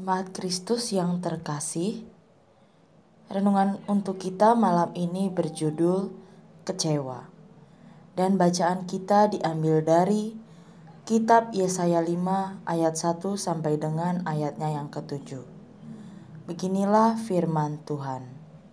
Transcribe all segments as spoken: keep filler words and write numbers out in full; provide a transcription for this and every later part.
Jemaat Kristus yang terkasih, renungan untuk kita malam ini berjudul Kecewa. Dan bacaan kita diambil dari Kitab Yesaya lima ayat satu sampai dengan ayatnya yang ketujuh. Beginilah firman Tuhan.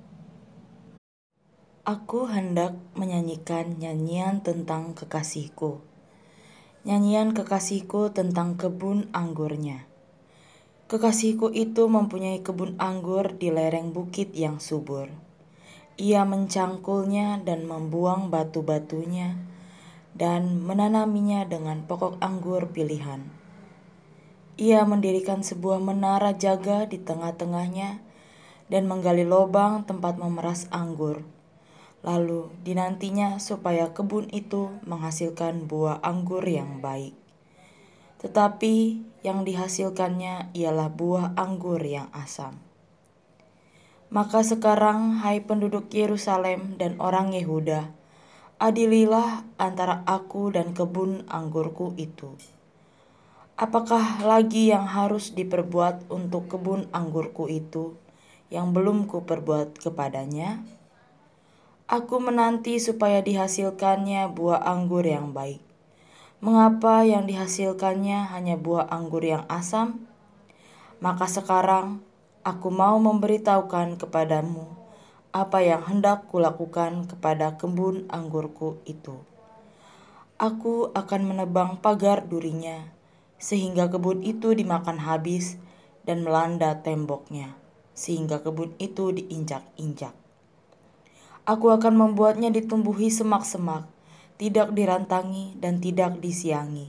Aku hendak menyanyikan nyanyian tentang kekasihku. Nyanyian kekasihku tentang kebun anggurnya. Kekasihku itu mempunyai kebun anggur di lereng bukit yang subur. Ia mencangkulnya dan membuang batu-batunya dan menanaminya dengan pokok anggur pilihan. Ia mendirikan sebuah menara jaga di tengah-tengahnya dan menggali lubang tempat memeras anggur. Lalu dinantinya supaya kebun itu menghasilkan buah anggur yang baik. Tetapi yang dihasilkannya ialah buah anggur yang asam. Maka sekarang, hai penduduk Yerusalem dan orang Yehuda, adililah antara aku dan kebun anggurku itu. Apakah lagi yang harus diperbuat untuk kebun anggurku itu yang belum kuperbuat kepadanya? Aku menanti supaya dihasilkannya buah anggur yang baik. Mengapa yang dihasilkannya hanya buah anggur yang asam? Maka sekarang aku mau memberitahukan kepadamu apa yang hendak kulakukan kepada kebun anggurku itu. Aku akan menebang pagar durinya, sehingga kebun itu dimakan habis dan melanda temboknya, sehingga kebun itu diinjak-injak. Aku akan membuatnya ditumbuhi semak-semak, tidak dirantangi dan tidak disiangi,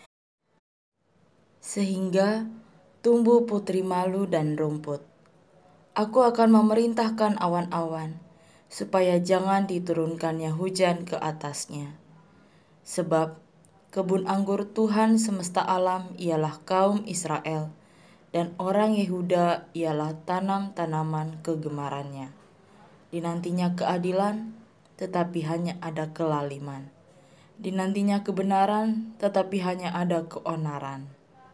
sehingga tumbuh putri malu dan rumput. Aku akan memerintahkan awan-awan, supaya jangan diturunkannya hujan ke atasnya. Sebab kebun anggur Tuhan semesta alam ialah kaum Israel, dan orang Yehuda ialah tanam-tanaman kegemarannya. Dinantinya keadilan, tetapi hanya ada kelaliman. Dinantinya kebenaran, tetapi hanya ada keonaran.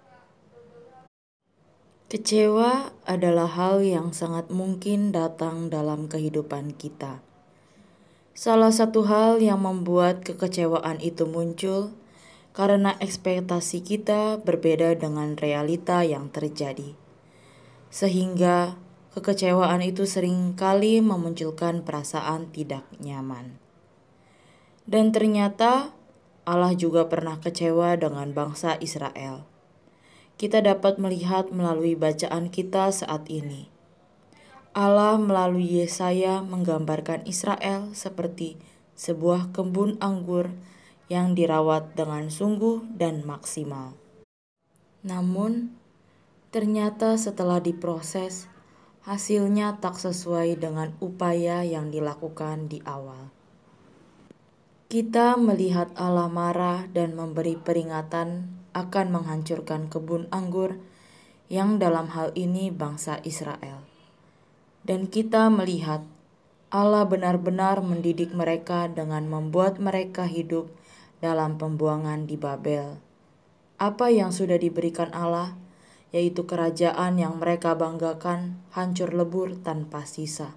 Kecewa adalah hal yang sangat mungkin datang dalam kehidupan kita. Salah satu hal yang membuat kekecewaan itu muncul karena ekspektasi kita berbeda dengan realita yang terjadi. Sehingga kekecewaan itu seringkali memunculkan perasaan tidak nyaman. Dan ternyata Allah juga pernah kecewa dengan bangsa Israel. Kita dapat melihat melalui bacaan kita saat ini. Allah melalui Yesaya menggambarkan Israel seperti sebuah kebun anggur yang dirawat dengan sungguh dan maksimal. Namun, ternyata setelah diproses, hasilnya tak sesuai dengan upaya yang dilakukan di awal. Kita melihat Allah marah dan memberi peringatan akan menghancurkan kebun anggur yang dalam hal ini bangsa Israel. Dan kita melihat Allah benar-benar mendidik mereka dengan membuat mereka hidup dalam pembuangan di Babel. Apa yang sudah diberikan Allah, yaitu kerajaan yang mereka banggakan, hancur lebur tanpa sisa.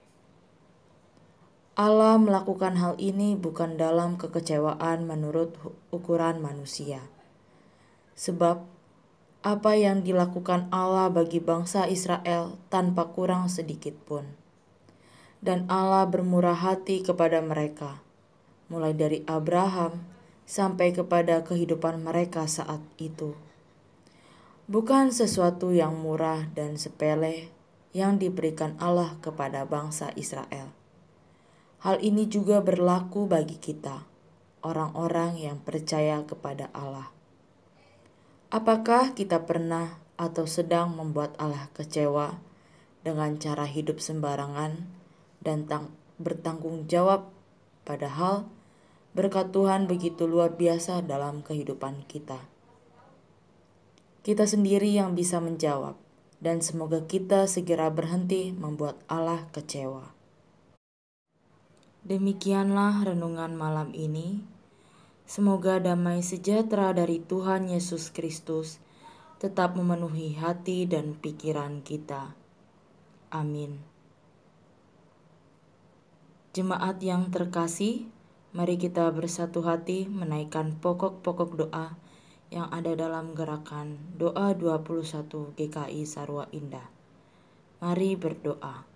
Allah melakukan hal ini bukan dalam kekecewaan menurut ukuran manusia. Sebab apa yang dilakukan Allah bagi bangsa Israel tanpa kurang sedikit pun. Dan Allah bermurah hati kepada mereka, mulai dari Abraham sampai kepada kehidupan mereka saat itu. Bukan sesuatu yang murah dan sepele yang diberikan Allah kepada bangsa Israel. Hal ini juga berlaku bagi kita, orang-orang yang percaya kepada Allah. Apakah kita pernah atau sedang membuat Allah kecewa dengan cara hidup sembarangan dan tang- bertanggung jawab, padahal berkat Tuhan begitu luar biasa dalam kehidupan kita? Kita sendiri yang bisa menjawab, dan semoga kita segera berhenti membuat Allah kecewa. Demikianlah renungan malam ini. Semoga damai sejahtera dari Tuhan Yesus Kristus tetap memenuhi hati dan pikiran kita. Amin. Jemaat yang terkasih, mari kita bersatu hati menaikkan pokok-pokok doa yang ada dalam gerakan doa dua puluh satu G K I Sarwa Indah. Mari berdoa.